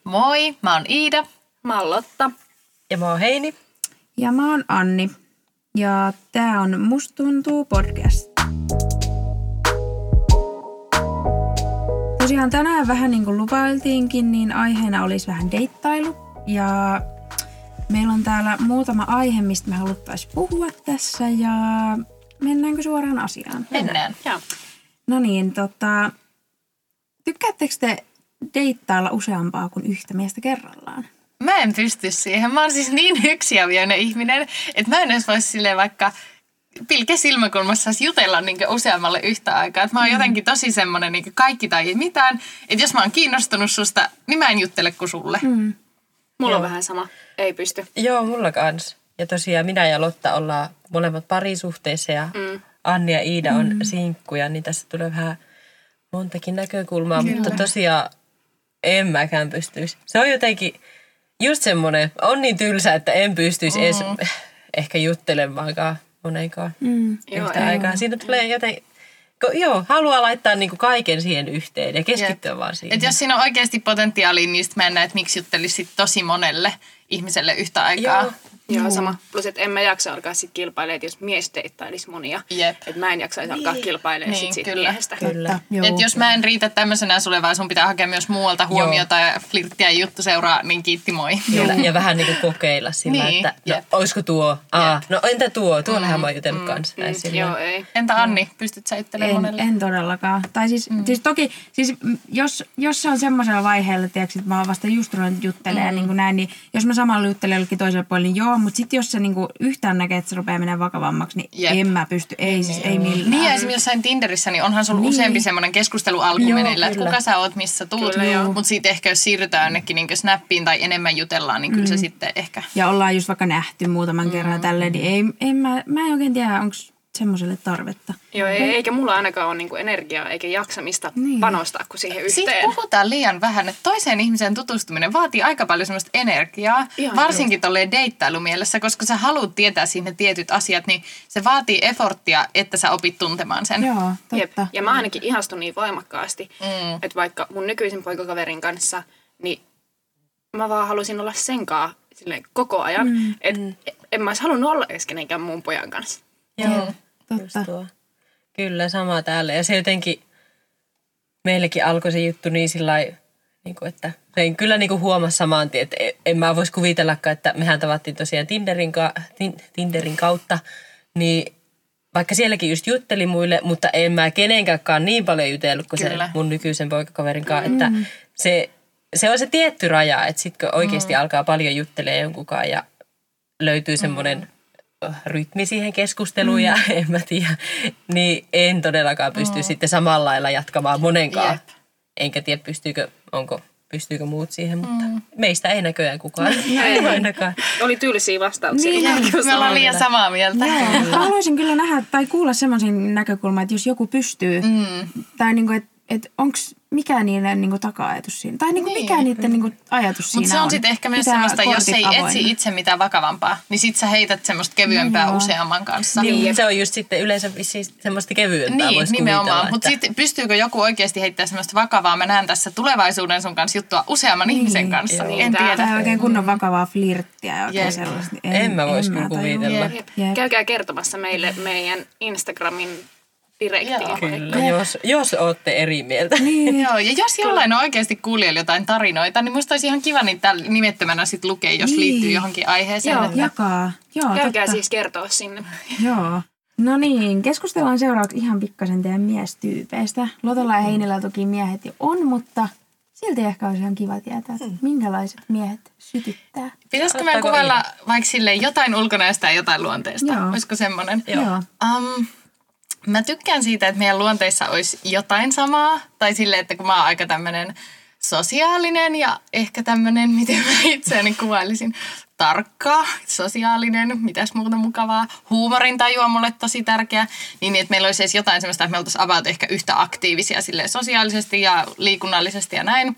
Moi, mä oon Iida. Mä oon Lotta. Ja mä oon Heini. Ja mä oon Anni. Ja tää on Must tuntuu podcast. Tosiaan tänään vähän niin kuin lupailtiinkin, niin aiheena olisi vähän deittailu. Ja meillä on täällä muutama aihe, mistä me haluttaisiin puhua tässä. Ja mennäänkö suoraan asiaan? Mennään. Joo. No niin, tykkäättekö te deittailla useampaa kuin yhtä miestä kerrallaan? Mä en pysty siihen. Mä oon siis niin yksiavioinen ihminen, että mä en edes voisi silleen vaikka pilke silmäkulmassa jutella niin useammalle yhtä aikaa. Että mä oon jotenkin tosi semmoinen niin kaikki tai ei mitään. Että jos mä oon kiinnostunut susta, niin mä en juttele kuin sulle. Mulla on vähän sama. Ei pysty. Joo, mulla kans. Ja tosiaan minä ja Lotta ollaan molemmat parisuhteessa ja Anni ja Iida on sinkkuja, niin tässä tulee vähän montakin näkökulmaa. Kyllä. Mutta tosiaan en mäkään pystyisi. Se on jotenkin just semmoinen, on niin tylsä, että en pystyisi edes ehkä juttelemaankaan monenkaan yhtä aikaa. Siinä tulee jotenkin, haluaa laittaa niinku kaiken siihen yhteen ja keskittyä vaan siihen. Että jos siinä on oikeasti potentiaalia, niin sitten mä en näe, että miksi juttelisit tosi monelle ihmiselle yhtä aikaa. Joo, sama. Plus, että en mä jaksa alkaa sit kilpailemaan, että jos mies deittailisi monia. Jep. Että mä en jaksaisi alkaa kilpailemaan Niin, siitä kyllä. miehestä. Kyllä. Että jos mä en riitä tämmöisenä sulle, vaan sun pitää hakea myös muualta huomiota ja flirttiä ja juttu seuraa, niin kiitti moi. Kyllä. Ja vähän niin kuin kokeilla sillä, Niin, että no, jep. olisiko tuo? No entä tuo? Tuollahan mä oon jutellut kanssa. Joo, ei. Entä Anni, pystyt sä juttelemaan monelle? En todellakaan. Tai siis toki, jos se on semmoisella vaiheella, tiiäks, että mä oon vasta just ruvennut juttelemaan niin kuin näin, niin jos mä samalla juttelen jollekin toiselle puolelle, niin joo, mutta sitten jos se niin kuin yhtään näkee, että se rupeaa menemään vakavammaksi, niin Jep. en mä pysty. Ei siis, ei millään. Niin ja esimerkiksi jossain Tinderissä, niin onhan sulla useampi semmoinen keskustelualku Joo, meneillä, että kyllä. kuka sä oot, missä tuut. Mutta sitten ehkä jos siirrytään jonnekin niin snappiin tai enemmän jutellaan, niin kyllä se sitten ehkä... Ja ollaan just vaikka nähty muutaman kerran tälleen, niin mä en oikein tiedä, onko semmoiselle tarvetta. Joo, eikä mulla ainakaan ole niinku energiaa eikä jaksamista panostaa kuin siihen Sitten yhteen. puhutaan liian vähän, että toiseen ihmiseen tutustuminen vaatii aika paljon semmoista energiaa, Ihan varsinkin tolleen deittailumielessä, koska sä haluat tietää siinä ne tietyt asiat, niin se vaatii efforttia, että sä opit tuntemaan sen. Joo, Jep. totta. Ja mä ainakin ihastun niin voimakkaasti, että vaikka mun nykyisen poikakaverin kanssa, niin mä vaan halusin olla senkaan silleen koko ajan. Että en mä olisi halunnut olla edes kenenkään muun pojan kanssa. Joo, Totta. just tuo. Kyllä, sama täällä. Ja se jotenkin, meillekin alkoi se juttu niin sillai, niin kuin, että sen kyllä niin kuin huomasi saman tien, että en mä voisi kuvitellakaan, että mehän tavattiin tosiaan Tinderin kautta, niin vaikka sielläkin just jutteli muille, mutta en mä kenenkään niin paljon jutellut kuin Kyllä. se mun nykyisen poikakaverin kanssa, että se on se tietty raja, että sit kun oikeasti alkaa paljon juttelemaan jonkunkaan ja löytyy semmoinen rytmi siihen keskusteluun ja en mä tiedä, niin en todellakaan pysty sitten samalla lailla jatkamaan monenkaan. Jep. Enkä tiedä, pystyykö muut siihen, mutta meistä ei näköjään kukaan. Ei ainakaan. Oli tylsiä vastauksia. Niin. Me ollaan liian samaa mieltä. Joo. Haluaisin kyllä nähdä tai kuulla semmoisen näkökulman, että jos joku pystyy, tai niinku, että onko mikä niiden niinku taka-ajatus siinä, tai niinku mikä niiden niinku ajatus siinä on. Mutta se on sitten ehkä myös Pitää semmoista, jos kortit ei avoinna. etsi itse mitään vakavampaa, niin sit sä heität semmoista kevyempää useamman kanssa. Niin, se on just sitten yleensä vissiin semmoista kevyempää, Niin, voisi nimenomaan. kuvitella. Mutta sitten pystyykö joku oikeasti heittämään semmoista vakavaa? Mä näen tässä tulevaisuuden sun kanssa juttua useamman ihmisen kanssa. Joo. En tiedä. Tai oikein kunnon vakavaa flirttiä ja oikein Jep. sellaista. En mä vois kyllä tajua. kuvitella. Jep. Jep. Käykää kertomassa meille meidän Instagramin direktiin. Kyllä, jos ootte eri mieltä. Joo, ja jos jollain on oikeasti kuulijoilla jotain tarinoita, niin musta olisi ihan kiva niitä nimettömänä sit lukea, jos liittyy johonkin aiheeseen. Joo. Että... Jakaa. Joo, Käykää totta. siis kertoa sinne. Joo. No niin, keskustellaan seuraavaksi ihan pikkasen teidän miestyypeistä. Lotella ja Heinillä toki miehet jo on, mutta silti ehkä olisi ihan kiva tietää, että minkälaiset miehet sytyttää. Pitäisikö meidän kuvailla vaikka silleen jotain ulkonäöstä ja jotain luonteesta? Joo. Olisiko semmoinen? Joo. Mä tykkään siitä, että meidän luonteissa olisi jotain samaa. Tai silleen, että kun mä oon aika tämmönen sosiaalinen ja ehkä tämmönen, miten mä itseäni kuvailisin, tarkka, sosiaalinen, mitäs muuta mukavaa. Huumorintaju on mulle tosi tärkeä. Niin, että meillä olisi edes jotain semmoista, että me oltaisiin about ehkä yhtä aktiivisia silleen sosiaalisesti ja liikunnallisesti ja näin.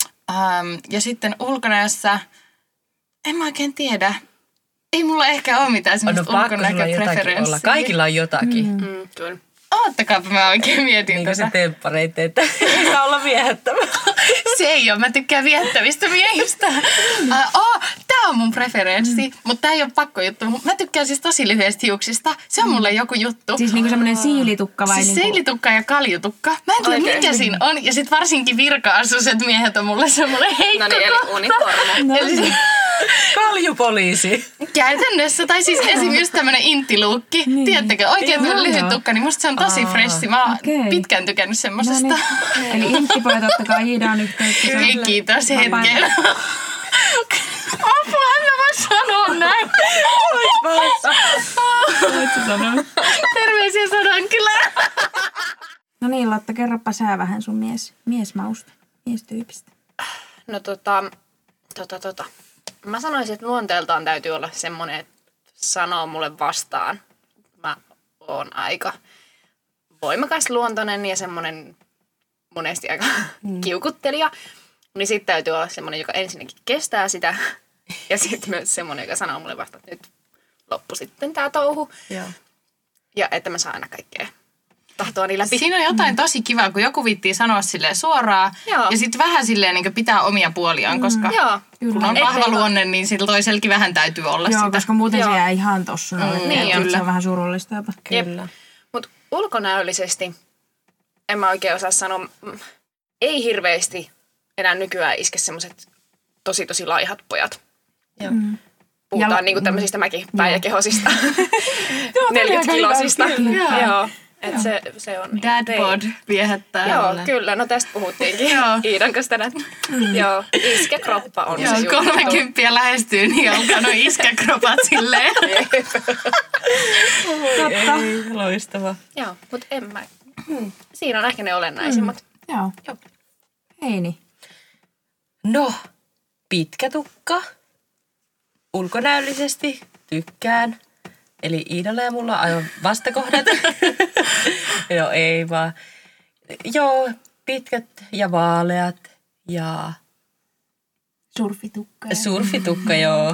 Ja sitten ulkonäössä, en mä oikein tiedä. Ei mulla ehkä ole mitään semmoista pakko sulla jotakin olla. ulkonäköpreferenssiä. Kaikilla on jotakin. Kyllä. Oottakaapa, mä oikein mietin Niin kuin se tätä. temppareitti, että ei saa olla viehättävä. Se ei ole, mä tykkään viettävistä miehistä. Tää on mun preferenssi, mutta tää ei ole pakko juttu. Mä tykkään siis tosi lyhyesti hiuksista. Se on mulle joku juttu. Siis niinku semmoinen siilitukka vai Siis niinku... seilitukka ja kaljutukka. Mä en tiedä, mikä siinä on. Ja sit varsinkin virka-asuiset miehet on mulle semmoinen heikko No niin, eli kohta. uniformu. Eli Kaljupoliisi. käytännössä, tai siis esimerkiksi tämmönen intiluukki. Niin. Tiedättekö, oikein Joo, lyhyt joo. tukka, niin musta se on tosi freshi. Mä oon Okei. pitkään tykännyt semmosesta. No niin. Eli inttipojat, ottakaa Iidaan yhteyttä. Ei, kiitos Vapaa- hetken. Apua, en mä voi sanoa näin. Voit sä sanoa? Terveisiä Sodankylään. No niin, Lotta, kerropa sä vähän sun miesmausta, miestyypistä. No Mä sanoisin, että luonteeltaan täytyy olla semmoinen, että sanoo mulle vastaan. Mä oon aika voimakas luontoinen ja semmoinen monesti aika kiukuttelija. Niin sit täytyy olla semmoinen, joka ensinnäkin kestää sitä. Ja sitten myös semmoinen, joka sanoo mulle vastaan, että nyt loppu sitten tää touhu. Joo. Ja että mä saan aina kaikkea tahtoani läpi. Siinä on jotain tosi kivaa, kun joku viittii sanoa silleen suoraan. Joo. Ja sitten vähän silleen niin pitää omia puoliaan, koska Joo. kun on Ettei vahva vaan- luonne, niin sillä toisellakin vähän täytyy olla Joo, sitä. koska muuten se Joo. jää ihan tossun alle. niin on. Se on vähän surullista jopa. Kyllä. Mutta ulkonäöllisesti en mä oikein osaa sanoa, ei hirveästi enää nykyään iske semmoiset tosi laihat pojat. Joo. Puhutaan niinku tämmöisistä mäkipäijäkehosista, 40-kilosista. Joo, että se on. Dad bod viehättää. Joo, kyllä. No tästä puhuttiinkin Joo. Iidan kanssa tänään. Joo, iskekroppa on Joo, se juttu. 30 lähestyy, niin alkaa noin iskäkropat silleen. Ei, loistava. Joo, mutta en mä. Siinä on ehkä ne olennaisimmat. Joo. Joo. Heini. No, pitkä tukka. Ulkonäöllisesti tykkään. Eli Iidalla ja mulla on aivan vastakohdat. No ei vaan. Joo, pitkät ja vaaleat ja Surfitukka. surfitukka, joo.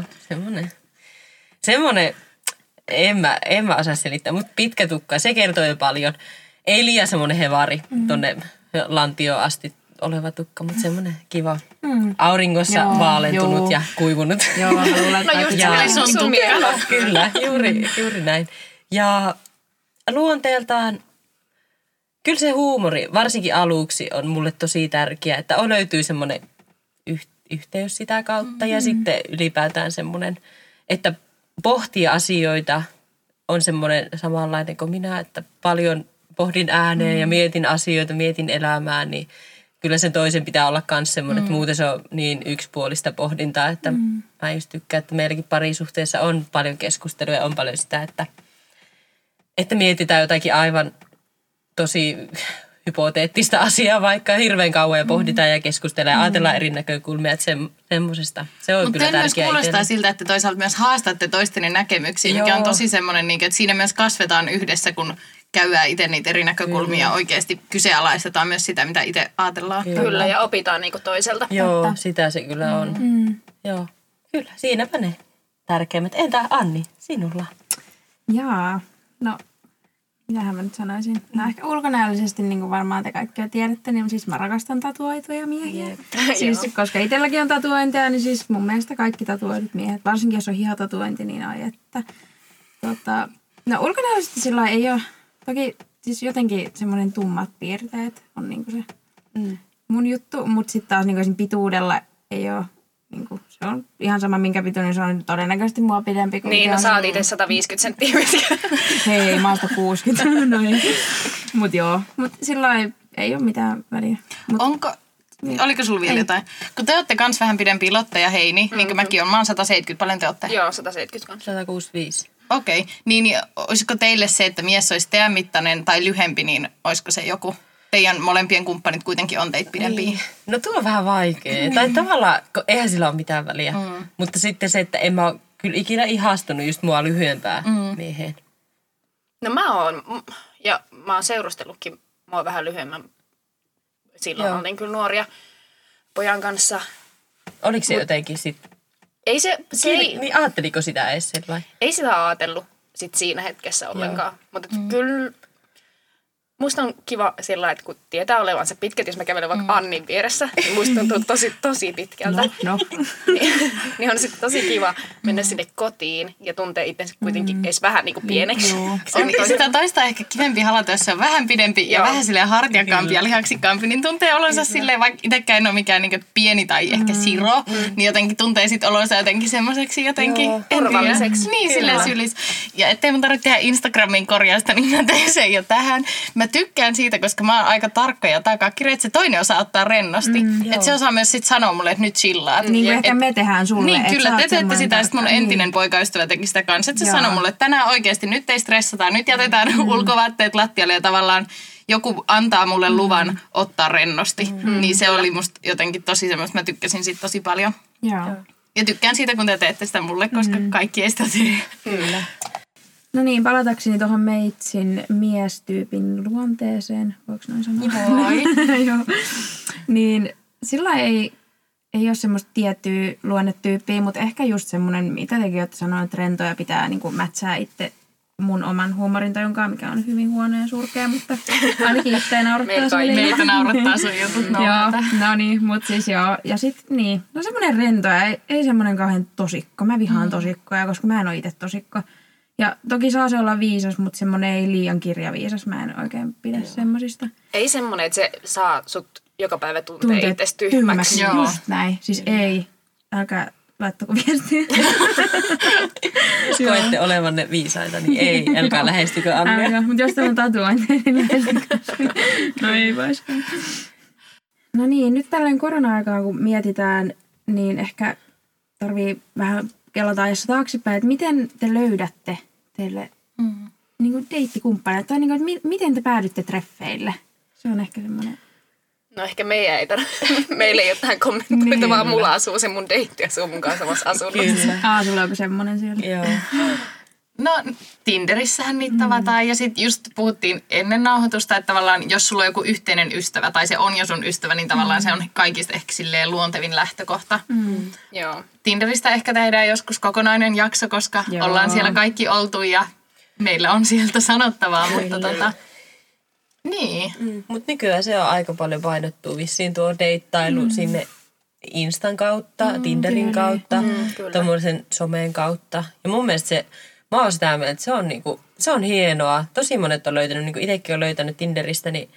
Semmonen, en mä osaa selittää, mutta pitkä tukka, se kertoo jo paljon. Ei liian semmonen hevari tonne lantioon asti oleva tukka, mutta semmonen kiva. Auringossa Joo, vaalentunut joo. ja kuivunut. Joo, mä luulen, että No just Jaa. se oli sun mielestä. Kyllä, juuri näin. Ja luonteeltaan, kyllä se huumori, varsinkin aluksi, on mulle tosi tärkeä, että löytyy semmoinen yhteys sitä kautta ja sitten ylipäätään semmoinen, että pohtii asioita on semmoinen samanlainen kuin minä, että paljon pohdin ääneen ja mietin asioita, mietin elämää, niin kyllä sen toisen pitää olla myös semmoinen, että muuten se on niin yksipuolista pohdintaa, että mä just tykkään, että meilläkin parisuhteessa on paljon keskustelua ja on paljon sitä, että mietitään jotakin aivan tosi hypoteettista asiaa vaikka hirveän kauan ja pohditaan ja keskustellaan ja ajatellaan eri näkökulmia, että semmoisesta se on Mutta kyllä teillä myös tärkeää kuulostaa itselle. siltä, että toisaalta myös haastatte toistenne näkemyksiä, mikä Joo. on tosi semmoinen, että siinä myös kasvetaan yhdessä, kun käydään itse niitä eri näkökulmia ja oikeasti kyseenalaistetaan myös sitä, mitä itse ajatellaan. Kyllä, ja opitaan niinku toiselta. Joo, sitä se kyllä on. Joo, kyllä, siinäpä ne tärkeimmät. Entä Anni, sinulla? Jaa, no mitähän mä nyt sanoisin. No ehkä ulkonäöllisesti, niin kuin varmaan te kaikki jo tiedätte, niin siis mä rakastan tatuoituja miehiä. Siis, koska itselläkin on tatuointeja, niin siis mun mielestä kaikki tatuoidut miehet, varsinkin jos on hihatatuointi, niin ai että. No ulkonäöllisesti sillä ei ole, toki siis jotenkin semmoinen tummat piirteet on niinku se mun juttu, mutta sitten taas niinku esim. Pituudella ei ole, niinku, se on ihan sama minkä pituinen, se on todennäköisesti mua pidempi kuin Niin, no itse sä on. oot itse 150 senttimetriä. Hei, mä oon 160. No ei. Mut joo, mut silloin ei ole mitään väliä. Mut Oliko sulla vielä jotain? Kun te olette kans vähän pidempiä, Lotta ja Heini, niin kuin mäkin olen. Mä oon 170, paljon te olette? Joo, 170 kanssa. 165. Okei, niin olisiko teille se, että mies olisi teidän mittainen tai lyhempi, niin olisiko se joku? Teidän molempien kumppanit kuitenkin on teitä pidempiä. Niin. No tuo on vähän vaikea. Tai tavallaan, eihän sillä ole mitään väliä. Mutta sitten se, että en mä ole kyllä ikinä ihastunut just mua lyhyempää mieheen. No mä oon, ja mä oon seurustellutkin mua vähän lyhyemmän. Silloin Joo. oltiin kyllä nuoria pojan kanssa. Oliko se jotenkin sitten? Ei se ei, Niin ajatteliko sitä edes sellainen? ei sitä ajatellut sit siinä hetkessä ollenkaan. Mutta kyllä musta on kiva sillä, että kun tietää olevansa pitkät, jos mä kävelen vaikka Annin vieressä, niin musta tuntuu tosi pitkältä. No. niin on sitten tosi kiva mennä sinne kotiin ja tuntee itsensä kuitenkin edes vähän niin kuin pieneksi. On sitä toista ehkä kivempi halata, jos se on vähän pidempi ja vähän silleen hartiakampi ja lihaksikkampi, niin tuntee olonsa silleen, vaikka itsekään en ole mikään niin pieni tai ehkä siro, niin jotenkin tuntee sit olonsa jotenkin semmoiseksi jotenkin turvalliseksi. Niin, silleen sylis. Ja ettei mun tarvitse tehdä Instagramiin korjausta, niin mä teen sen jo tähän. Mä tykkään siitä, koska mä oon aika tarkka ja takakirja, että se toinen osaa ottaa rennosti. Että se osaa myös sit sanoa mulle, että nyt chillaat. Niin kuin ehkä me tehdään sulle. Niin, kyllä, te teette sitä. Sitten mun entinen poikaystävä teki sitä kanssa. Että se sanoi mulle, että tänään oikeasti nyt ei stressata. Nyt jätetään ulkovaatteet lattialle ja tavallaan joku antaa mulle luvan ottaa rennosti. Niin se oli musta jotenkin tosi semmoista. Mä tykkäsin siitä tosi paljon. Joo. Ja tykkään siitä, kun te teette sitä mulle, koska kaikki ei sitä tee. Kyllä. No niin, palatakseni tuohon meitsin miestyypin luonteeseen. Voiko noin sanoa? Voi. Joo. Niin sillä ei ole semmoista tiettyä luonnetyyppiä, mutta ehkä just semmoinen, mitä tekin olette sanoneet, että rentoja pitää niin kuin mätsää itse mun oman huumorintajunkaan, mikä on hyvin huono ja surkea, mutta ainakin itse naurattaa. Meitä naurattaa sun jutut. Joo, no niin, mutta siis joo. Ja sitten niin, no semmoinen rento ja ei semmoinen kauhean tosikko. Mä vihaan tosikkoja, koska mä en ole itse tosikko. Ja toki saa se olla viisas, mutta semmoinen ei liian kirjaviisas. Mä en oikein pidä semmosista. Ei semmoinen, että se saa sut joka päivä tuntee itsesi tyhmäksi. Joo. Just näin. Siis ei. Älkää laittako viestiä. Jos koette olevanne viisaita, niin ei. Älkää lähestykö Annia. Mutta jos teillä on tatuointeja, niin lähestykö. No ei vaiskaan. No niin, nyt tällainen korona-aikaa kun mietitään, niin ehkä tarvii vähän kelata ajassa taaksepäin, että miten te löydätte teille niin kuin deittikumppaneita, tai niin kuin, että miten te päädytte treffeille? Se on ehkä semmoinen. No ehkä meillä ei ole tähän kommentoitavaa. Mulla asuu se mun deitti ja se on mun kanssa samassa asunnossa. Kyllä. Sulla onko semmoinen siellä? Joo. No Tinderissähän niitä tavataan ja sitten just puhuttiin ennen nauhoitusta, että tavallaan jos sulla on joku yhteinen ystävä tai se on jo sun ystävä, niin tavallaan se on kaikista ehkä silleen luontevin lähtökohta. Joo. Tinderistä ehkä tehdään joskus kokonainen jakso, koska ollaan siellä kaikki oltu ja meillä on sieltä sanottavaa, mutta niin. Mutta nykyään se on aika paljon painottuu vissiin tuo deittailu sinne Instan kautta, Tinderin kautta, tommoisen someen kautta. Ja mun mielestä mä oon sitä mieltä, että se on hienoa. Tosi monet on löytänyt, niin kuin itsekin on löytänyt Tinderistä, niin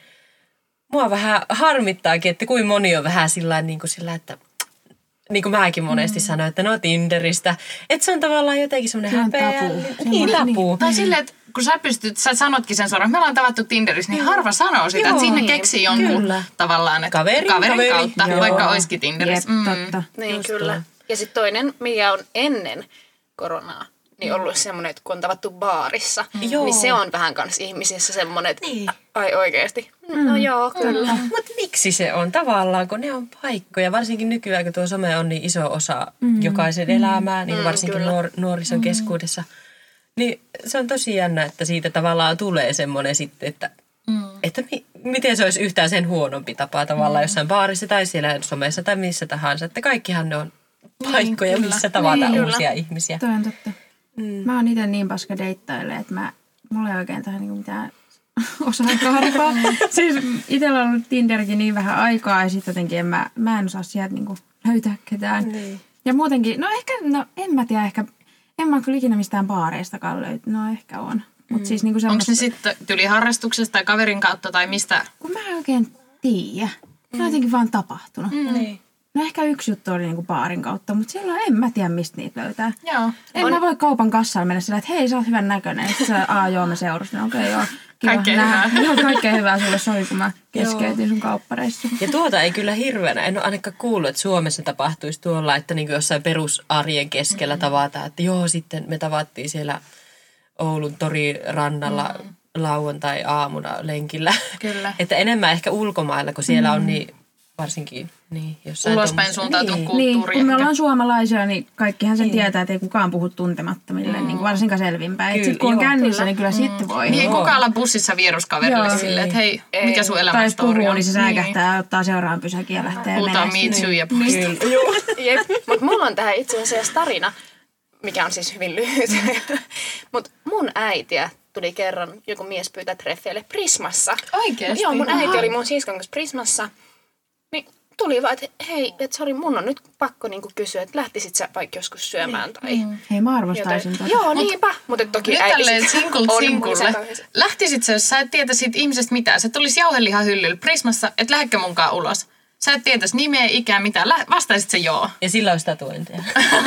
mua vähän harmittaakin, että kuin moni on vähän sillä että niin kuin mäkin monesti sanoin, että no Tinderistä. Että se on tavallaan jotenkin semmoinen häpeä. Niin, tabu. Tai silleen, että kun sä sanotkin sen suoraan, me ollaan tavattu Tinderissä, niin harva sanoo sitä, että sinne keksii jonkun tavallaan, että kaverin kautta, vaikka olisikin Tinderissä. Totta. Niin, just kyllä. Ja sitten toinen, mikä on ennen koronaa, niin ollut semmoinen, että kun on tavattu baarissa, niin se on vähän kans ihmisissä semmoinen, että ai oikeesti. No joo, kyllä. Mutta miksi se on tavallaan, kun ne on paikkoja, varsinkin nykyään, kun tuo some on niin iso osa jokaisen elämää, niin varsinkin nuorison keskuudessa. Niin se on tosi jännä, että siitä tavallaan tulee semmoinen sitten, että miten se olisi yhtään sen huonompi tapa tavallaan jossain baarissa tai siellä somessa tai missä tahansa. Että kaikkihan ne on paikkoja, missä tavataan uusia ihmisiä. Toi on totta. Mä oon itse niin paska deittaille, että mulla ei oikein tähän niinku mitään osaa karpaa. Siis itsellä on ollut Tinderkin niin vähän aikaa ja sitten jotenkin mä en osaa sieltä niinku löytää ketään. Niin. Ja muutenkin, en mä tiedä ehkä, en mä kyllä ikinä mistään baareistakaan löytänyt. No ehkä on. Mut siis niinku semmoista. Onko ne sitten tyli harrastuksesta tai kaverin kautta tai mistä? Kun mä en oikein tiedä. Ne on jotenkin vaan tapahtunut. Niin. No ehkä yksi juttu oli niinku baarin kautta, mutta siellä en mä tiedä, mistä niitä löytää. Joo. Mä voi kaupan kassalla mennä sillä, että hei, sä oot hyvän näköinen. Sitten sä, joo, mä seurasin. Okei, joo. Kiva kaikkea hyvää. Joo, kaikkea hyvää sulle soi, kun mä keskeytin sun kauppareissu. Ja tuota ei kyllä hirveänä. En ole ainakaan kuullut, että Suomessa tapahtuisi tuolla, että niin jossain perusarjen keskellä tavataan. Että joo, sitten me tavattiin siellä Oulun torirannalla lauantai-aamuna lenkillä. Kyllä. Että enemmän ehkä ulkomailla, kun siellä on niin varsinkin niin jossain ulospäin suuntautunut kulttuuri. Niin, kun me ollaan suomalaisia, niin kaikkihan sen tietää, että ei kukaan puhu tuntemattomille, niin varsinkaan selvinpäin. Sitten kun on kännissä, niin kyllä sitten voi. Niin ei kukaan olla bussissa vieruskaverille silleen, että hei, mikä sun elämän story on. Tai puhuu, niin se säikähtää ja ottaa seuraavan pysäkin ja lähtee puhutaan menemään. Me Too ja puhutaan. Jep, mutta mulla on tähän itse asiassa tarina, mikä on siis hyvin lyhyt. Mutta mun äitiä tuli kerran joku mies pyytää treffeille Prismassa. Oikeesti? Joo, mun äiti oli mun siskon kanssa Prismassa. Niin tuli vaan, että hei, että sori, mun on nyt pakko niinku kysyä, että lähtisit sä vaikka joskus syömään tai... Hei, mä arvostaisin jotain. Joo, niinpä. Mutta toki nyt tälleen sinkulle. kauheasti. Lähtisit sä, jos sä et tietäisi siitä ihmisestä mitään. Se tulisi jauhelihahyllyllä Prismassa, että lähdekö munkaan ulos. Sä et tietäisi nimeä, ikää, mitään. Vastaisit sä joo. Ja sillä olisi tatuointeja.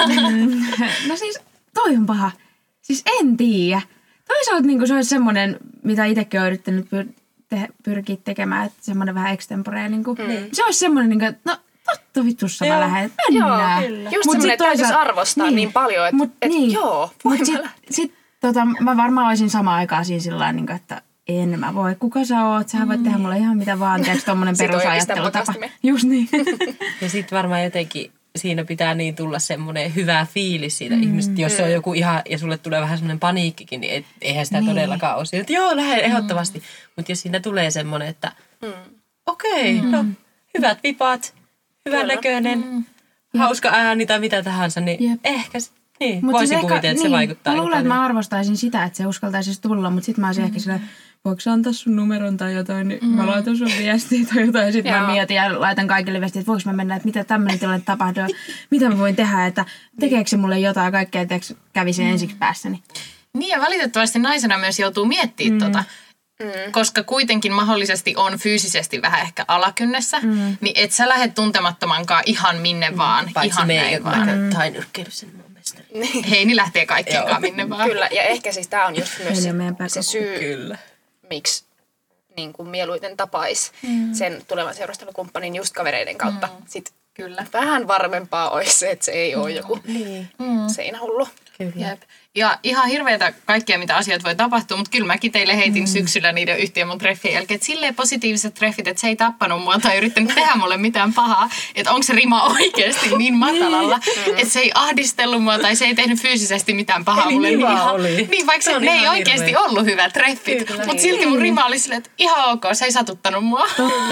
No siis, toi on paha. Siis en tiedä. Toisaalta niin se olisi semmoinen, mitä itsekin olen yrittänyt pyrkiä tekemään, että semmoinen vähän extemporea. Niin se olisi semmoinen, niin kuin, että no totta vittussa mä lähden, että mennään. Joo, just semmoinen, että täytyisi arvostaa niin paljon, että joo, voi mä lähteä. Sit mä varmaan olisin samaan aikaan siinä sillä niin että en mä voi. Kuka sä oot? Sä voit tehdä mulle ihan mitä vaan. Tiedätkö tommonen perusajattelutapa. Just niin. Ja sit varmaan jotenkin siinä pitää niin tulla semmoinen hyvä fiilis siitä ihmisestä. Jos se on joku ihan, ja sulle tulee vähän semmoinen paniikkikin, niin eihän sitä todellakaan ole. Että joo, lähden ehdottomasti. Mutta jos siinä tulee semmoinen, että okei, no hyvät vipat, hyvän näköinen, hauska ääni tai mitä tahansa, niin ehkä niin, voisin kuvitella, että se vaikuttaa. Mä luulen, että mä arvostaisin sitä, että se uskaltaisi tulla, mutta sit mä olisin ehkä silleen, voiko sä antaa sun numeron tai jotain, niin mä laitan sun viestiä tai jotain. Sitten mä mietin ja laitan kaikille viestiä, että voiko mä mennä, että mitä tämmöinen tilanne tapahtuu, mitä mä voin tehdä, että tekeekö se mulle jotain kaikkea, että kävi sen ensiksi päässäni. Niin ja valitettavasti naisena myös joutuu miettimään koska kuitenkin mahdollisesti on fyysisesti vähän ehkä alakynnessä, niin et sä lähde tuntemattomankaan ihan minne vaan. Paitsi ihan me näin vaan. tainyrkkeilyssä mestari. Heini lähtee kaikkienkaan minne vaan. Kyllä, ja ehkä siis tää on just myös se syy, Kyllä. miksi niin kuin mieluiten tapaisi sen tulevan seurustelukumppanin just kavereiden kautta. Sitten kyllä vähän varmempaa olisi se, että se ei ole joku seinähullu. Kyllä. Jep. Ja ihan hirveätä kaikkea, mitä asiat voi tapahtua, mutta kyllä mäkin teille heitin syksyllä niiden yhtiön mun treffien jälkeen, että silleen positiiviset treffit, että se ei tappanut mua tai yrittänyt tehdä mulle mitään pahaa, että onko se rima oikeasti niin matalalla, että se ei ahdistellut mua tai se ei tehnyt fyysisesti mitään pahaa mulle. Niin, vaikka ne ei oikeasti ollut hyvät treffit, mutta silti mun rima oli silleen, että ihan ok, se ei satuttanut mua.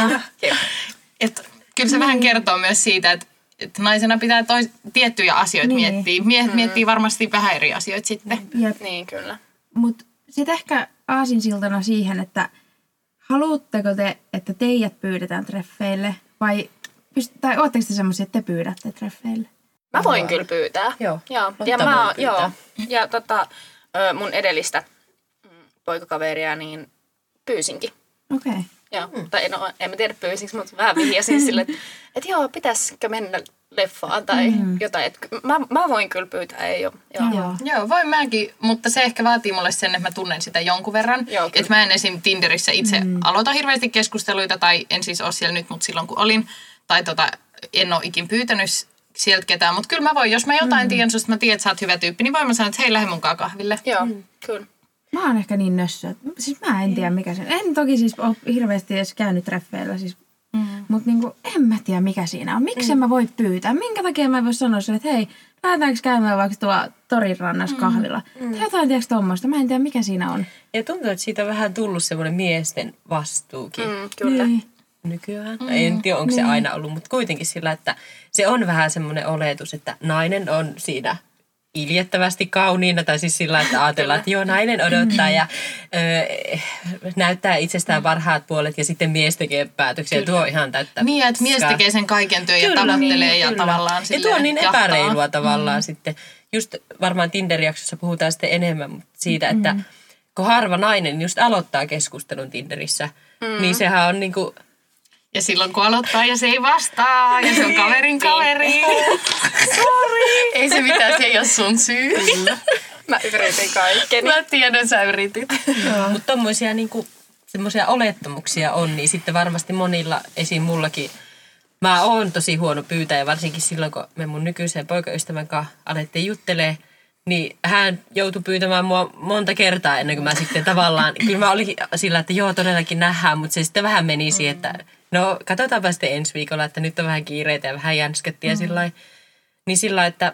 Että kyllä se vähän kertoo myös siitä, että naisena pitää tiettyjä asioita miettiä. Miehet miettii varmasti vähän eri asioita sitten. Jep. Niin, kyllä. Mutta sitten ehkä aasinsiltana siihen, että haluatteko te, että teidät pyydetään treffeille vai ootteko te semmoisia, että te pyydätte treffeille? Mä voin kyllä pyytää. Joo. Ja mun edellistä poikakaveria niin pyysinkin. Okei. Okay. Joo, tai no, en mä tiedä pyysinkö, mutta vähän vihjasin sille, että joo, pitäisikö mennä leffaan tai jotain. Että mä voin kyllä pyytää, ei ole. Joo, voin mäkin, mutta se ehkä vaatii mulle sen, että mä tunnen sitä jonkun verran. Että mä en esim. Tinderissä itse aloita hirveästi keskusteluita, tai en siis ole siellä nyt, mutta silloin kun olin, tai en ole ikin pyytänyt sieltä ketään. Mutta kyllä mä voin, jos mä jotain tiedän susta, mä tiedän, että sä oot hyvä tyyppi, niin voin mä sanoa, että hei, lähde munkaan kahville. Joo, kyllä. Mä oon ehkä niin nössö. Siis mä en tiedä mikä se on. En toki siis ole hirveästi edes käynyt treffeillä. Siis. Mutta niinku, en mä tiedä mikä siinä on. Miksi mä voi pyytää? Minkä takia mä vois sanoa sille, että hei, lähdetäänkö käymään vaikka tuolla torin rannassa kahvilla? Tai jotain tiedätkö tommoista. Mä en tiedä mikä siinä on. Ja tuntuu, että siitä on vähän tullut semmoinen miesten vastuukin. Kyllä. Nykyään. En tiedä, onko se aina ollut, mutta kuitenkin sillä, että se on vähän semmoinen oletus, että nainen on siinä iljettävästi kauniina, tai siis sillä, että ajatellaan, että joo, nainen odottaa ja näyttää itsestään parhaat puolet ja sitten mies tekee päätöksiä. Tuo on ihan täyttä. Niin, että mies tekee sen kaiken työn ja tavoittelee ja tavallaan silleen. Ja tuo on niin epäreilua tavallaan sitten. Just varmaan Tinder-jaksossa puhutaan sitten enemmän siitä, että kun harva nainen just aloittaa keskustelun Tinderissä, niin sehän on niinku... Ja silloin kun aloittaa ja se ei vastaa ja se on kaverin kaveri. Sori. Ei se mitään, se ei ole sun syy. Mä yritin kaikkeni. Mä tiedän, sä yritit. Mutta tommosia niinku, semmoisia olettamuksia on, niin sitten varmasti monilla, esim. Mullakin, mä oon tosi huono pyytäjä, varsinkin silloin, kun me mun nykyisen poikaystävän kanssa alettiin juttelee, niin hän joutui pyytämään mua monta kertaa ennen kuin mä sitten tavallaan, kyllä mä olin sillä, että joo, todellakin nähdään, mutta se sitten vähän meni siihen, että no katsotaanpa sitten ensi viikolla, että nyt on vähän kiireitä ja vähän jänskättiä sillä niin sillä että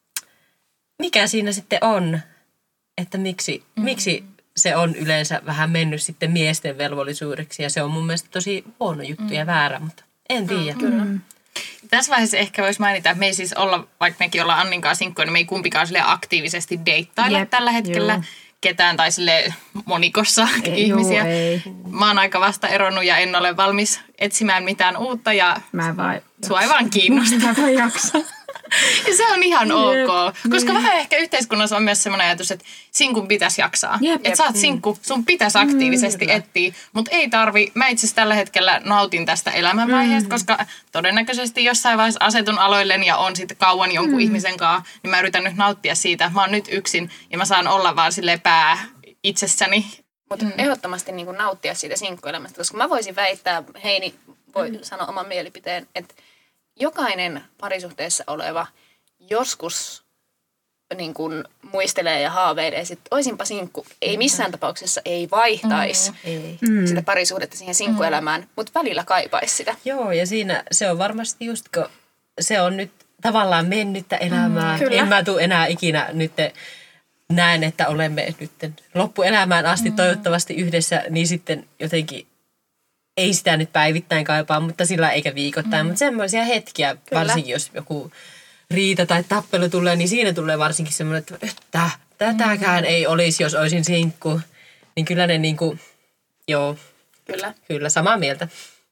mikä siinä sitten on, että miksi se on yleensä vähän mennyt sitten miesten velvollisuudeksi ja se on mun mielestä tosi huono juttu ja väärä, mutta en tiedä. Kyllä. Tässä vaiheessa ehkä voisi mainita, että me ei siis olla, vaikka mekin ollaan Annin kanssa sinkkuja, niin me ei kumpikaan sille aktiivisesti deittailla tällä hetkellä ketään tai sille monikossa ihmisiä. ei. Mä oon aika vasta eronnut ja en ole valmis etsimään mitään uutta ja sua ei vaan kiinnosta. Mä vaan jaksa. Ja se on ihan ok. Koska vähän ehkä yhteiskunnassa on myös semmoinen ajatus, että sinkun pitäisi jaksaa. Että sä oot sinkku, sun pitäisi aktiivisesti etsiä. Mutta ei tarvi. Mä itse asiassa tällä hetkellä nautin tästä elämänvaiheesta, koska todennäköisesti jossain vaiheessa asetun aloilleni ja on sitten kauan jonkun ihmisen kanssa, niin mä yritän nyt nauttia siitä. Mä oon nyt yksin ja mä saan olla vaan silleen pää itsessäni. Mutta ehdottomasti niin kuin nauttia siitä sinkkuelämästä, koska mä voisin väittää, Heini voi sanoa oman mielipiteen, että jokainen parisuhteessa oleva joskus niin kuin muistelee ja haaveilee, että oisinpa sinkku. Ei missään tapauksessa ei vaihtaisi sitä parisuhdetta siihen sinkkuelämään, mutta välillä kaipaisi sitä. Joo, ja siinä se on varmasti just, kun se on nyt tavallaan mennyttä elämää. En mä tule enää ikinä nyt näen, että olemme nyt loppuelämään asti toivottavasti yhdessä, niin sitten jotenkin ei sitä nyt päivittäin kaipaa, mutta sillä eikä viikoittain. Mutta semmoisia hetkiä, varsinkin jos joku riita tai tappelu tulee, niin siinä tulee varsinkin semmoinen, että tätäkään ei olisi, jos olisin sinkku. Niin kyllä ne niinku, joo, kyllä samaa mieltä.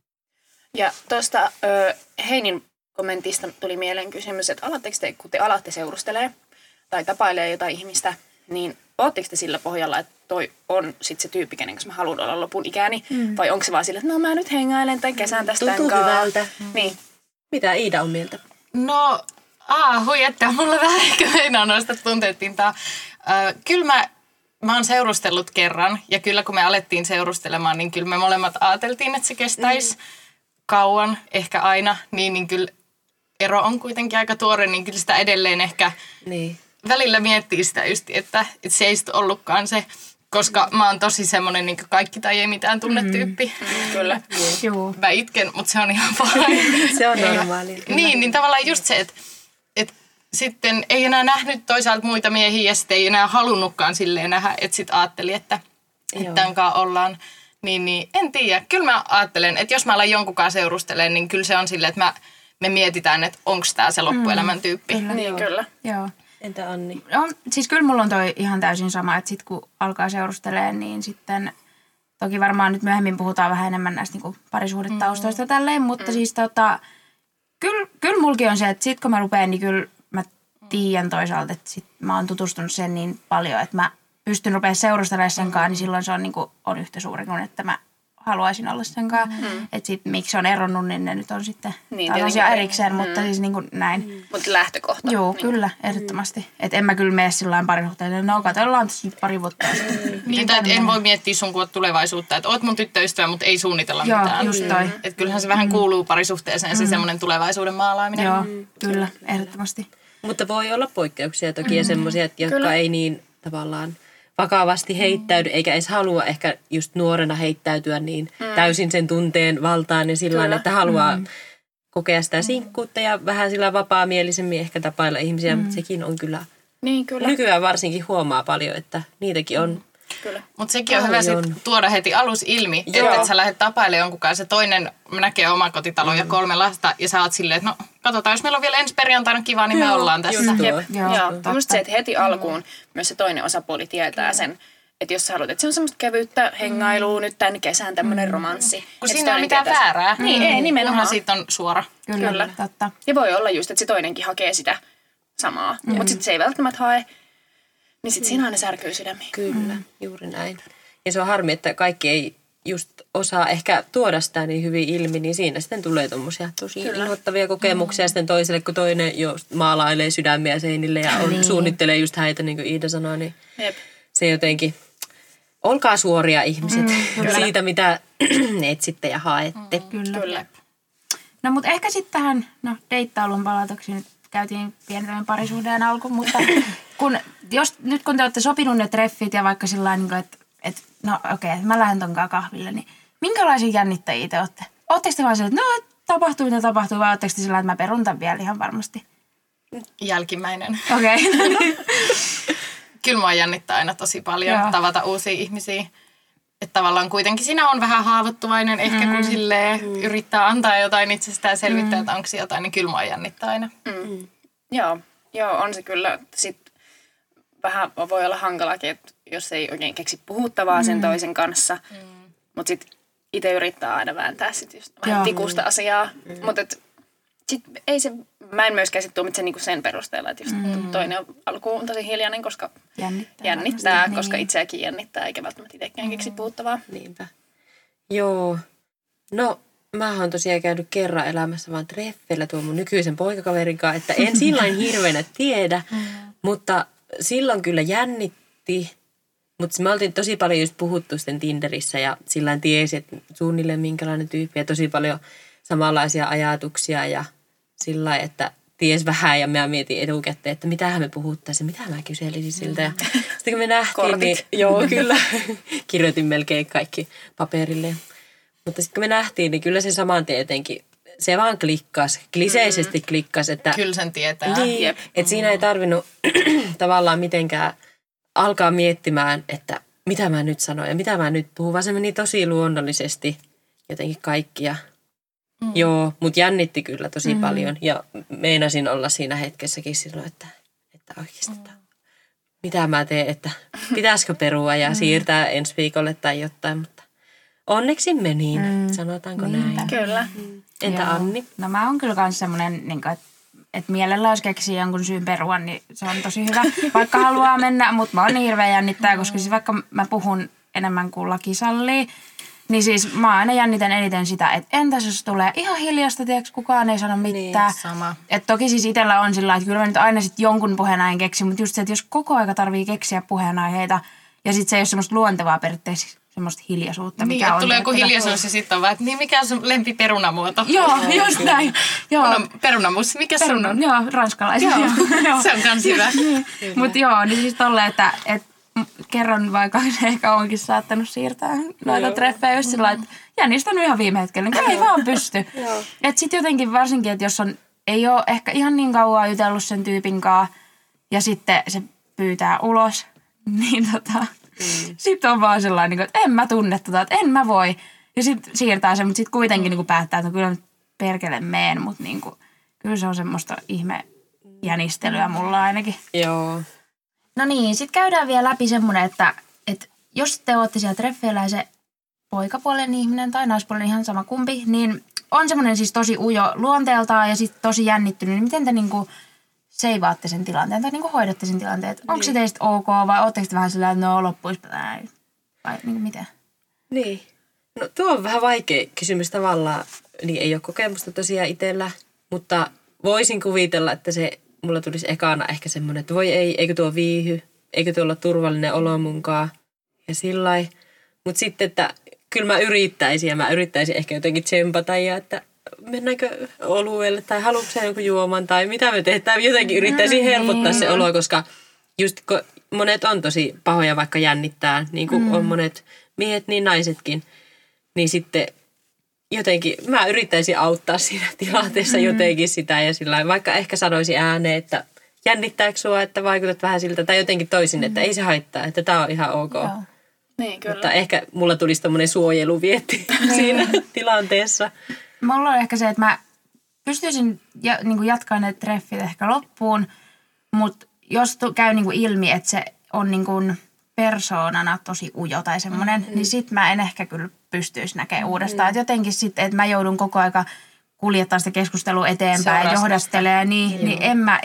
Ja tuosta Heinin kommentista tuli mieleen kysymys, että alatteko te, kun te alatte seurustelee tai tapailee jotain ihmistä, niin ootteko te sillä pohjalla, että toi on sit se tyyppi, kenen kanssa mä haluan olla lopun ikäni? Vai onko se vaan sillä, että no mä nyt hengailen tai kesän tästä Tuntuu hyvältä. Niin. Mitä Iida on mieltä? No, että mulla vähän ehkä meinaa noista tunteet pintaa. Kyllä mä oon seurustellut kerran ja kyllä kun me alettiin seurustelemaan, niin kyllä me molemmat ajateltiin, että se kestäisi kauan, ehkä aina. Niin kyllä ero on kuitenkin aika tuore, niin kyllä sitä edelleen ehkä välillä miettii sitä just, että se ei sitten ollutkaan se, koska mä oon tosi semmoinen niin kaikki tai ei mitään tunnetyyppi. Kyllä. Joo. Mä itken, mutta se on ihan fine. Se on normaali. Niin tavallaan just se, että sitten ei enää nähnyt toisaalta muita miehiä ja sitten ei enää halunnutkaan silleen nähdä, että sitten ajatteli, että tämänkaan ollaan. Niin en tiedä. Kyllä mä ajattelen, että jos mä alan jonkunkaan seurustelemaan, niin kyllä se on silleen, että me mietitään, että onko tämä se loppuelämän tyyppi. Kyllä. Joo. Entä Anni? No, siis kyllä mulla on toi ihan täysin sama, että sit kun alkaa seurustelemaan, niin sitten toki varmaan nyt myöhemmin puhutaan vähän enemmän näistä niinku parisuhdetaustoista ja tälleen, mutta siis kyllä mulki on se, että sit kun mä rupean, niin kyllä mä tiedän toisaalta, että sit mä oon tutustunut sen niin paljon, että mä pystyn rupeamaan seurustelemaan sen kanssa, niin silloin se on, niinku, on yhtä suuri kuin, että mä haluaisin olla sen kanssa. Että sit miksi on eronnut, niin ne nyt on sitten asia erikseen, mutta siis niin kuin näin. Mutta lähtökohta. Joo, kyllä, ehdottomasti. Että en mä kyllä mene sillain parisuhteeseen. No katsellaan tässä nyt pari vuotta. Niin, tai en voi miettiä sun tulevaisuutta, että oot mun tyttöystävä, mutta ei suunnitella mitään. Joo, just toi. Että kyllähän se vähän kuuluu parisuhteeseen, se semmoinen tulevaisuuden maalaaminen. Joo, kyllä, ehdottomasti. Mutta voi olla poikkeuksia toki ja semmoisia, jotka ei niin tavallaan vakavasti heittäydy, eikä edes halua ehkä just nuorena heittäytyä niin täysin sen tunteen valtaan ja sillä että haluaa kokea sitä sinkkuutta ja vähän sillä vapaamielisemmin ehkä tapailla ihmisiä, mutta sekin on kyllä, nykyään varsinkin huomaa paljon, että niitäkin on. Mutta sekin on hyvä sit tuoda heti alus ilmi, että sä lähdet tapailemaan jonkunkaan. Se toinen näkee omakotitalo ja 3 lasta ja sä oot silleen, että no katsotaan, jos meillä on vielä ensi perjantaina kivaa, niin me ollaan tässä. Joo, just se, että heti alkuun myös se toinen osapuoli tietää sen, että jos sä haluat, että se on semmoista kevyttä hengailua nyt tämän kesän, tämmöinen romanssi. Kun siinä ei ole mitään väärää. Niin, ei nimenomaan. Kunhan siitä on suora. Kyllä, totta. Ja voi olla just, että se toinenkin hakee sitä samaa, mutta sitten se ei välttämättä hae. Niin sitten siinä aina särkyy sydämiin. Kyllä, juuri näin. Ja se on harmi, että kaikki ei just osaa ehkä tuoda sitä niin hyvin ilmi, niin siinä sitten tulee tommosia tosi inhottavia kokemuksia sitten toiselle, kun toinen jo maalailee sydämiä seinille ja suunnittelee just häitä, niin kuin Iida sanoi, niin se jotenkin, olkaa suoria ihmiset siitä, mitä etsitte ja haette. Kyllä. No mutta ehkä sitten tähän deittailun palataksi nyt käytiin pieni tämmöinen parisuhteen alku, mutta nyt kun te olette sopinut ne treffit ja vaikka sillä tavalla, että no okei, mä lähden tonkaan kahville, niin minkälaisia jännittäjiä te olette? Ootteko te vaan sillä, että no tapahtuu mitä tapahtuu, vai ootteko te sillä, että mä peruntan vielä ihan varmasti? Jälkimmäinen. Okei. Kyllä mua jännittää aina tosi paljon tavata uusia ihmisiä. Että tavallaan kuitenkin siinä on vähän haavoittuvainen ehkä, kun silleen yrittää antaa jotain itsestään ja selvittää, että onko jotain, niin kyllä mua jännittää aina. Joo, on se kyllä. Sitten vähän voi olla hankalakin, että jos ei oikein keksi puhuttavaa sen toisen kanssa. Mutta sitten itse yrittää aina vääntää sit just vähän tikusta asiaa. Mutta ei se, mä en myöskään sit tuomitse niinku sen perusteella, että just toinen on alkuun tosi hiljainen, koska jännittää koska itseäkin jännittää, eikä välttämättä itsekään keksi puhuttavaa. Niinpä. Joo. No, mä oon tosiaan käynyt kerran elämässä vaan treffeillä tuon mun nykyisen poikakaverin kanssa, että en sillain hirveänä tiedä, mutta silloin kyllä jännitti. Mutta me oltiin tosi paljon just puhuttu sitten Tinderissä ja sillain tiesi, että suunnilleen minkälainen tyyppi ja tosi paljon samanlaisia ajatuksia ja sillä että ties vähän ja mä mietin etukäteen, että mitähän me puhuttaisiin, mitä mä kyselisin siltä. Ja sitten kun me nähtiin, Kortit. niin joo kyllä, kirjoitin melkein kaikki paperille. Mutta sitten kun me nähtiin, niin kyllä se saman tien jotenkin, se vaan kliseisesti klikkasi. Että, Kyllä sen tietää. niin, että siinä ei tarvinnut tavallaan mitenkään alkaa miettimään, että mitä mä nyt sanon ja mitä mä nyt puhun, vaan se meni tosi luonnollisesti jotenkin kaikkia. Joo, mutta jännitti kyllä tosi paljon ja meinasin olla siinä hetkessäkin silloin, että oikeasti, mitä mä teen, että pitäisikö perua ja siirtää ensi viikolle tai jotain, mutta onneksi menin, sanotaanko näin. Kyllä. Entä Joo. Anni? No mä oon kyllä kans semmonen, niin että mielellään jos keksii jonkun syyn perua, niin se on tosi hyvä. Vaikka haluaa mennä, mutta mä oon niin hirveän jännittää, koska siis vaikka mä puhun enemmän kuin laki sallii, niin siis mä aina jännitän eniten sitä, että entäs jos tulee ihan hiljasta, tiedätkö, kukaan ei sano mitään. Niin, sama. Että toki siis itsellä on sillä, että kyllä mä nyt aina sit jonkun puheenaiheen keksin, mutta just se, että jos koko aika tarvii keksiä puheenaiheita ja sitten se ei ole semmoista luontevaa periaatteessa semmoista hiljaisuutta, Niin, mikä että on. tulee joku hiljaisuus ja sitten on vaan, että niin mikä on sun lempiperunamuoto? Joo, just näin. Joo. Perunamus, mikä se on? Joo, ranskalaisia. Joo. Se on kans hyvä. Mutta joo, niin siis tolleen, että kerron vaikka se ehkä onkin saattanut siirtää noita treffejä just sillä että jännistänyt ihan viime hetkellä, niin ei vaan pysty. Että sit jotenkin varsinkin, että jos ei ole ehkä ihan niin kauan jutellut sen tyypin kanssa ja sitten se pyytää ulos, niin sitten on vaan sellainen, että en mä tunne että en mä voi. Ja sitten siirtää sen, mutta sitten kuitenkin niin päättää, että kyllä nyt perkele meen, mutta niin kyllä se on semmoista ihme jänistelyä mulla ainakin. Joo. No niin, sitten käydään vielä läpi semmoinen, että jos te olette siellä treffeillä ja se poikapuolen ihminen tai naispuolen ihan sama kumpi, niin on semmoinen siis tosi ujo luonteeltaan ja sitten tosi jännittynyt, niin miten te niinku seivaatte sen tilanteen tai niinku hoidatte sen tilanteen? Että onko se teistä ok vai ootteko te vähän sillä, että no loppuispa näin? Vai niinku miten? Niin. No tuo on vähän vaikea kysymys tavallaan, niin ei ole kokemusta tosiaan itsellä, mutta voisin kuvitella, että se mulla tulisi ekana ehkä semmoinen, että voi ei, eikö tuo viihy, eikö tuo olla turvallinen olo munkaan ja sillai. Mutta sitten, että kyllä mä yrittäisin ehkä jotenkin tsempata ja että mennäänkö olueelle tai haluatko sä jonkun juoman tai mitä me tehdään. Jotenkin yrittäisin helpottaa se olo, koska just monet on tosi pahoja vaikka jännittää, niin kuin on monet miehet niin naisetkin, niin sitten jotenkin mä yrittäisin auttaa siinä tilanteessa jotenkin sitä ja sillä vaikka ehkä sanoisin ääneen, että jännittääkö sua, että vaikutat vähän siltä tai jotenkin toisin, että ei se haittaa, että tää on ihan ok. Joo. Niin, kyllä. Mutta ehkä mulla tulisi tommonen suojeluvietti siinä tilanteessa. Mulla on ehkä se, että mä pystyisin niinku jatkaa ne treffit ehkä loppuun, mutta jos käy niinku ilmi, että se on niinku persoonana tosi ujo tai semmoinen, niin sit mä en ehkä kyllä pystyisi näkemään uudestaan. Et jotenkin sitten, että mä joudun koko aika kuljettaa sitä keskustelua eteenpäin ja johdastelee, niin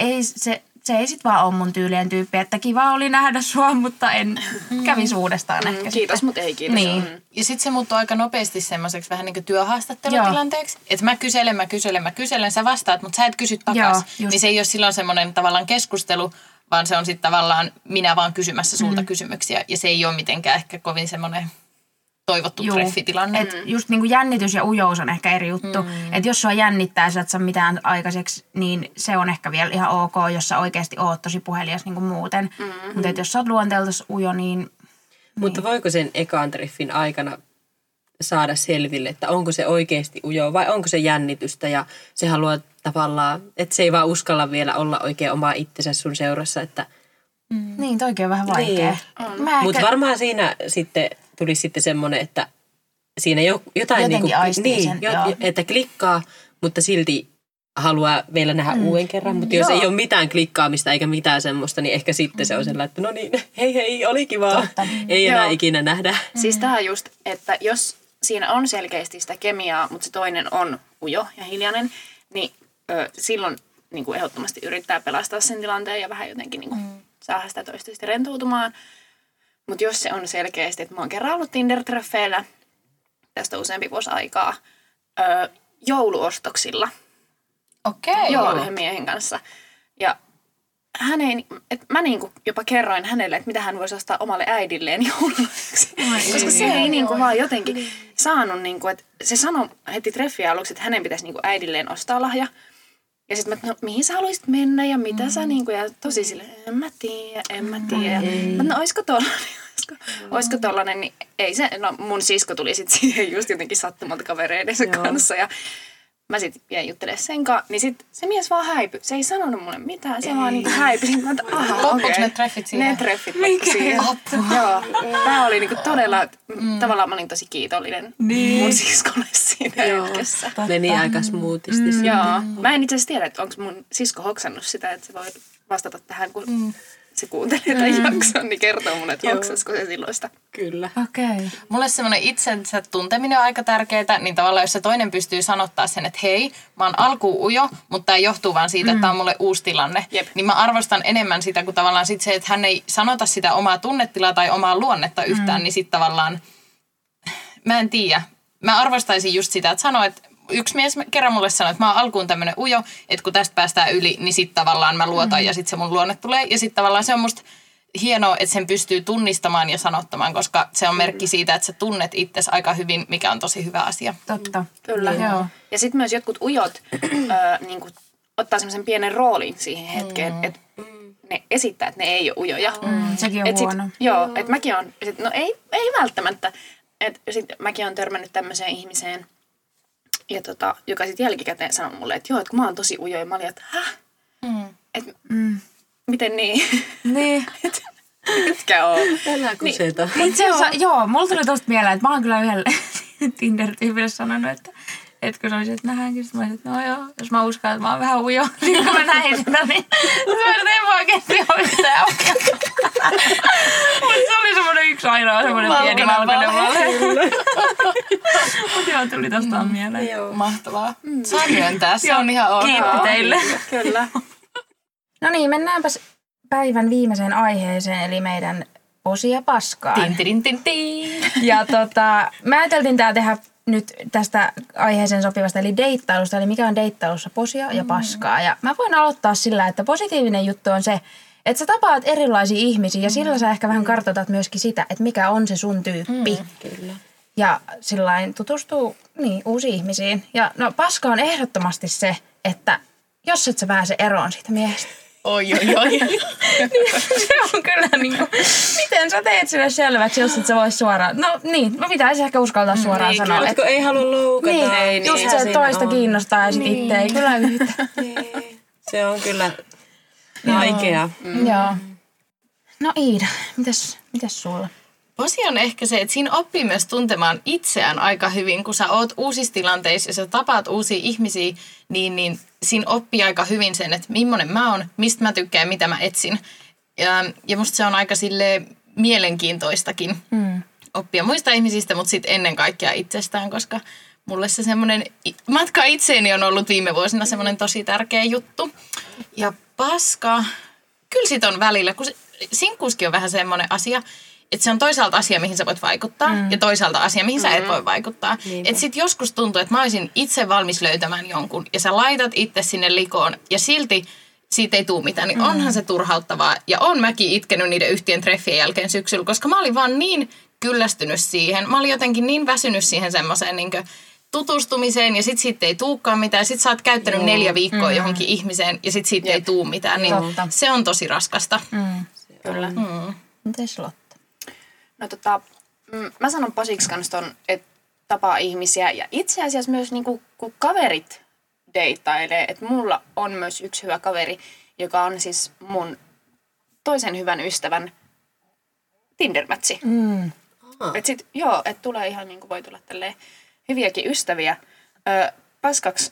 se ei sit vaan ole mun tyylien tyyppi, että kiva oli nähdä sua, mutta en kävisi uudestaan ehkä. Kiitos, mutta ei kiitos. Niin. Ja sitten se muuttuu aika nopeasti semmoiseksi vähän niin kuin työhaastattelutilanteeksi. Että mä kyselen, sä vastaat, mutta sä et kysy takaisin. Niin se ei ole silloin semmoinen tavallaan keskustelu, vaan se on sitten tavallaan minä vaan kysymässä sulta kysymyksiä. Ja se ei ole mitenkään ehkä kovin semmoinen toivottu treffitilanne. Et just niinku jännitys ja ujous on ehkä eri juttu. Että jos sua jännittää ja sä et saa mitään aikaiseksi, niin se on ehkä vielä ihan ok, jos sä oikeasti oot tosi puhelias niinku muuten. Mutta jos sä oot luonteeltas ujo, niin... Mutta voiko sen ekan treffin aikana saada selville, että onko se oikeasti ujo vai onko se jännitystä ja se haluaa tavallaan, että se ei vaan uskalla vielä olla oikein omaa itsensä sun seurassa, että... Niin, toikin on vähän vaikea. Niin. Mutta varmaan siinä sitten tulisi sitten semmoinen, että siinä jotain jotenkin aistii sen, että klikkaa, mutta silti haluaa vielä nähdä uuden kerran, mutta jos ei ole mitään klikkaamista eikä mitään semmoista, niin ehkä sitten se on sellainen, että no niin, hei, oli kivaa. Ei enää ikinä nähdä. Siis tämä just, että jos siinä on selkeästi sitä kemiaa, mutta se toinen on ujo ja hiljainen, niin silloin niin kuin ehdottomasti yrittää pelastaa sen tilanteen ja vähän jotenkin niin kuin saada sitä toista sitten rentoutumaan. Mutta jos se on selkeästi, että mä oon kerran ollut Tinder-treffeillä tästä useampi vuosi aikaa jouluostoksilla. Okei. Joo, yhden miehen kanssa. Ja hän ei, mä niinku jopa kerroin hänelle, että mitä hän voisi ostaa omalle äidilleen joululahjaksi. Koska se ei niinku vaan jotenkin saanut, niinku, että se sanoi heti treffiä aluksi, että hänen pitäisi niinku äidilleen ostaa lahja. Ja sitten mä, no, mihin sä haluaisit mennä ja mitä sä niinku, ja tosi silleen, en mä tiedä. Ja no olisiko tollanen, niin ei se, no mun sisko tuli sitten siihen just jotenkin sattumalta kavereidensa kanssa ja mä sit jäin juttelemaan sen kanssa, niin sit se mies vaan häipyi. Se ei sanonut mulle mitään, se vaan niinku häipyi. Loppuuko ne treffit siihen? Ne treffit loppu siihen. Joo. Tää oli niinku todella, tavallaan mä olin tosi kiitollinen mun siskolle siinä hetkessä. Meni aika smoothisti. Joo. Mä en itse asiassa tiedä, että onko mun sisko hoksannut sitä, että se voi vastata tähän, kun se kuuntelee tämän jakson, niin kertoo mulle, että hoksasko se silloista. Kyllä. Okei. Mulle semmoinen itsensä tunteminen on aika tärkeää, niin tavallaan jos se toinen pystyy sanottaa sen, että hei, mä oon alkuun ujo, mutta tämä johtuu vaan siitä, että tämä on mulle uusi tilanne. Jep. Niin mä arvostan enemmän sitä, kuin tavallaan sit se, että hän ei sanota sitä omaa tunnetilaa tai omaa luonnetta yhtään, niin sitten tavallaan, mä en tiedä. Mä arvostaisin just sitä, että sanoo, että yksi mies kerran mulle sanoi, että mä oon alkuun tämmönen ujo, että kun tästä päästään yli, niin sitten tavallaan mä luotan ja sitten se mun luonne tulee. Ja sitten tavallaan se on musta hienoa, että sen pystyy tunnistamaan ja sanottamaan, koska se on merkki siitä, että sä tunnet itsesi aika hyvin, mikä on tosi hyvä asia. Totta. Kyllä. Joo. Ja sitten myös jotkut ujot niin kuin, ottaa semmoisen pienen roolin siihen hetkeen, että ne esittää, että ne ei ole ujoja. Sekin on huono. Joo, että mäkin on, no ei välttämättä. Että sitten mäkin on törmännyt tämmöiseen ihmiseen, ja joka sitten jälkikäteen sanoi mulle, että joo, että kun mä oon tosi ujo, ja mä olin, että että miten niin? Niin. Etkä oo. Älä kuseta. Itse asiassa, joo, mulla tuli tosta mieleen, että mä oon kyllä yhdelle Tinder-tyypille sanonut, että kun se olisi, että nähdäänkin, sitten mä olisin, että no joo, jos mä uskon, että mä oon vähän ujo, niin kun mä näin sitä, niin mä en voi oikeasti oikeastaan mutta se oli semmoinen yksi ainoa, semmoinen pieni valkoinen valhe. Mutta joo, tuli tosta mieleen. Joo, mahtavaa. Saa myöntää, se on ihan ok. Kiitti teille. Kyllä. No niin, mennäänpäs päivän viimeiseen aiheeseen, eli meidän posi ja paskaan. Tin. Ja me ajateltiin tää tehdä nyt tästä aiheeseen sopivasta, eli deittailusta, eli mikä on deittailussa posia ja paskaa. Ja mä voin aloittaa sillä, että positiivinen juttu on se, että sä tapaat erilaisia ihmisiä ja sillä sä ehkä vähän kartoitat myöskin sitä, että mikä on se sun tyyppi. Kyllä. Ja sillain tutustuu uusiin ihmisiin. Ja no paska on ehdottomasti se, että jos et sä pääse eroon siitä miehestä. Oi. Se on kyllä niinku, miten sä teet sille selväksi, jos et sä vois suoraan. No niin, pitäisi ehkä uskaltaa suoraan sanoa. Kyllä, kun ei halua loukata. Niin, just se, että toista kiinnostaa ja sit itse ei kyllä yhtä. Se on kyllä vaikea. Joo. No Iida, mitäs sulla? Posi on ehkä se, että siinä oppii myös tuntemaan itseään aika hyvin, kun sä oot uusissa tilanteissa ja sä tapaat uusia ihmisiä, niin siinä oppii aika hyvin sen, että millainen mä oon, mistä mä tykkään, mitä mä etsin. Ja musta se on aika silleen mielenkiintoistakin oppia muista ihmisistä, mutta sitten ennen kaikkea itsestään, koska mulle se semmoinen matka itseeni on ollut viime vuosina semmoinen tosi tärkeä juttu. Ja paska, kyllä sit on välillä, kun sinkkuuskin on vähän semmoinen asia, että se on toisaalta asia, mihin sä voit vaikuttaa, ja toisaalta asia, mihin sä et voi vaikuttaa. Että sit joskus tuntuu, että mä olisin itse valmis löytämään jonkun, ja sä laitat itse sinne likoon, ja silti siitä ei tule mitään, niin onhan se turhauttavaa. Ja on mäkin itkenyt niiden yhtiön treffien jälkeen syksyllä, koska mä olin vaan niin kyllästynyt siihen. Mä olin jotenkin niin väsynyt siihen semmoiseen niin tutustumiseen, ja sit siitä ei tulekaan mitään. Sit sä oot käyttänyt 4 viikkoa johonkin ihmiseen, ja sit siitä ei tule mitään. Niin se on tosi raskasta. Kyllä. Mites Lotta? No mä sanon posiksi kans ton, että tapaa ihmisiä ja itse asiassa myös niinku, kun kaverit deittailee, että mulla on myös yksi hyvä kaveri, joka on siis mun toisen hyvän ystävän Tinder-mätsi. Että sit, että tulee ihan niinku, voi tulla tälleen hyviäkin ystäviä. Paskaksi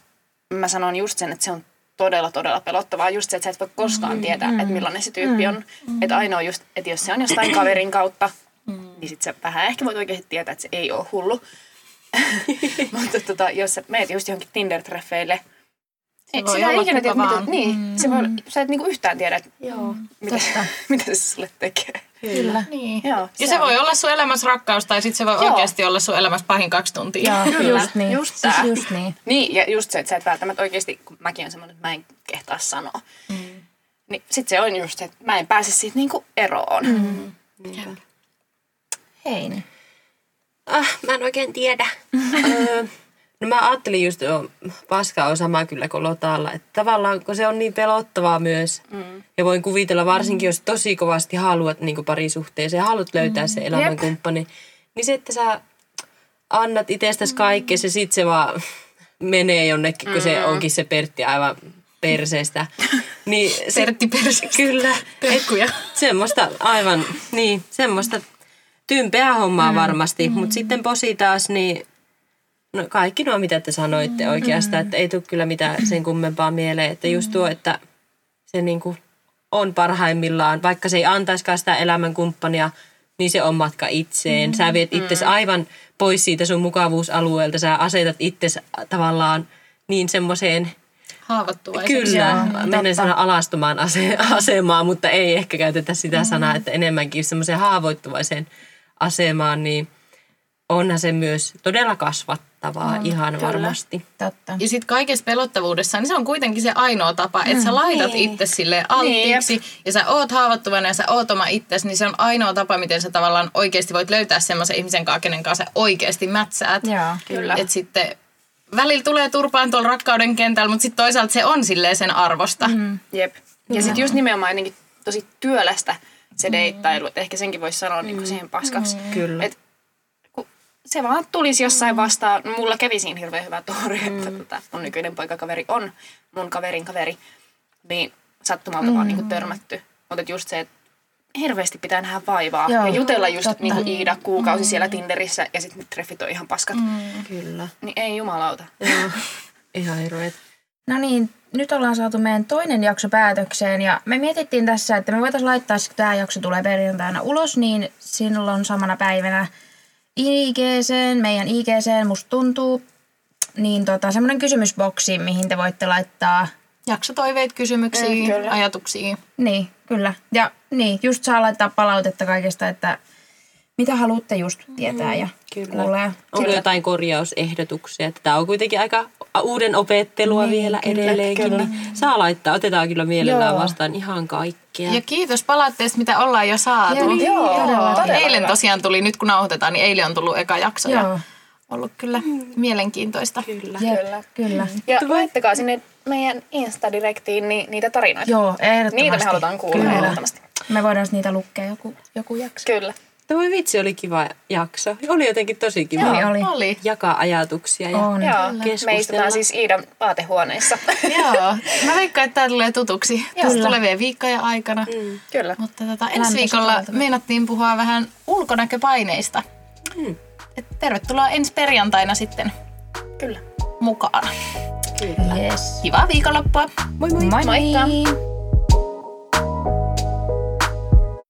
mä sanon just sen, että se on todella, todella pelottavaa. Just se, että sä et voi koskaan tietää, että millainen se tyyppi on. Että ainoa just, että jos se on jostain kaverin kautta, niin sit sä vähän ehkä voit oikeasti tietää, että se ei ole hullu. Mutta jos sä meet just johonkin Tinder-treffeille, sitä ei ikinä tiedä, sä et niinku yhtään tiedä, että mitä se sulle tekee. Kyllä. Niin. Joo, ja se voi olla sun elämässä rakkaus, tai sitten se voi oikeasti olla sun elämässä pahin 2 tuntia. Joo, Kyllä. just niin. Just tää. Just niin. Niin, ja just se, että sä et välttämättä oikeasti, kun mäkin on semmoinen, että mä en kehtaa sanoa. Niin sit se on just se, että mä en pääse siitä niinku eroon. Heini. Mä en oikein tiedä. No mä ajattelin just, paska on sama kyllä kuin Lotalla, että tavallaan kun se on niin pelottavaa myös, ja voin kuvitella varsinkin, jos tosi kovasti haluat niin kuin parisuhteeseen, haluat löytää se elämänkumppani, niin se, että sä annat itsestäsi kaikkea, se sit se vaan menee jonnekin, kun se onkin se Pertti aivan perseestä. Niin Pertti perseestä. Kyllä. Pekkuja. Semmoista aivan, niin, semmoista tympeää hommaa varmasti, mutta sitten posi taas, niin no kaikki nuo, mitä te sanoitte oikeastaan, että ei tule kyllä mitään sen kummempaa mieleen. Että just tuo, että se niinku on parhaimmillaan, vaikka se ei antaisikaan sitä elämänkumppania, niin se on matka itseen. Sä viet itsesi aivan pois siitä sun mukavuusalueelta. Sä asetat itsesi tavallaan niin semmoiseen, Haavoittuvaisen. kyllä, menen sanoa alastomaan asemaan, mutta ei ehkä käytetä sitä sanaa, että enemmänkin semmoiseen haavoittuvaiseen asemaan, niin onhan se myös todella kasvattavaa ihan varmasti. Totta. Ja sitten kaikessa pelottavuudessa, niin se on kuitenkin se ainoa tapa, että sä laitat itse silleen alttiiksi ja sä oot haavoittuvainen ja sä oot oma itsesi, niin se on ainoa tapa, miten sä tavallaan oikeasti voit löytää semmoisen ihmisen kanssa, kenen kanssa sä oikeasti mätsäät. Joo, kyllä. Että sitten välillä tulee turpaan tuolla rakkauden kentällä, mutta sitten toisaalta se on silleen sen arvosta. Jep. Ja sitten just nimenomaan jotenkin tosi työlästä se deittailu, että ehkä senkin voisi sanoa niinku siihen paskaksi. Kyllä. Et, se vaan tulisi jossain vastaan. Mulla kävi siinä hirveän hyvä tuori, että mun nykyinen poikakaveri on mun kaverin kaveri. Niin sattumalta vaan niinku törmätty. Mutta just se, että hirveästi pitää nähdä vaivaa. Joo, ja jutella just totta. niin kuin Iida kuukausi siellä Tinderissä ja sitten treffit on ihan paskat. Kyllä. Niin ei jumalauta. Joo. Ihan hirveet. No niin, nyt ollaan saatu meidän toinen jakso päätökseen ja me mietittiin tässä, että me voitaisiin laittaa, kun tämä jakso tulee perjantaina ulos, niin silloin samana päivänä meidän IGC:n, musta tuntuu, niin semmoinen kysymysboksi, mihin te voitte laittaa. Jaksotoiveet, kysymyksiä, kyllä. ajatuksia. Niin, kyllä. Ja niin, just saa laittaa palautetta kaikesta, että mitä haluatte just tietää ja kuulee. Onko jotain korjausehdotuksia? Tämä on kuitenkin aika uuden opettelua vielä edelleenkin. Niin saa laittaa, otetaan kyllä mielellään vastaan ihan kaikkea. Ja kiitos palautteesta, mitä ollaan jo saatu. Joo, todella Eilen hyvä. tosiaan tuli, nyt kun nauhoitetaan, niin eilen on tullut eka jakso. Ja Joo. ollut kyllä mielenkiintoista. Kyllä. Kyllä. Ja laittakaa sinne meidän Insta-direktiin niitä tarinoita. Joo, ehdottomasti. Niitä me halutaan kuulla Kyllä. ehdottomasti. Me voidaan niitä lukea joku jakso. Kyllä. Toi vitsi oli kiva jakso. Oli jotenkin tosi kiva Oli. jakaa ajatuksia ja On. Joo, keskustella. me istutaan siis Iidan vaatehuoneessa. Joo, mä veikkaan, että tää tulee tutuksi tässä tulevien viikkojen aikana. Kyllä. Mutta ensi viikolla meinattiin puhua vähän ulkonäköpaineista. Et tervetuloa ensi perjantaina sitten Kyllä. mukaan. Yes. Kivaa viikonloppua! Moi moi! Moi. Moikka!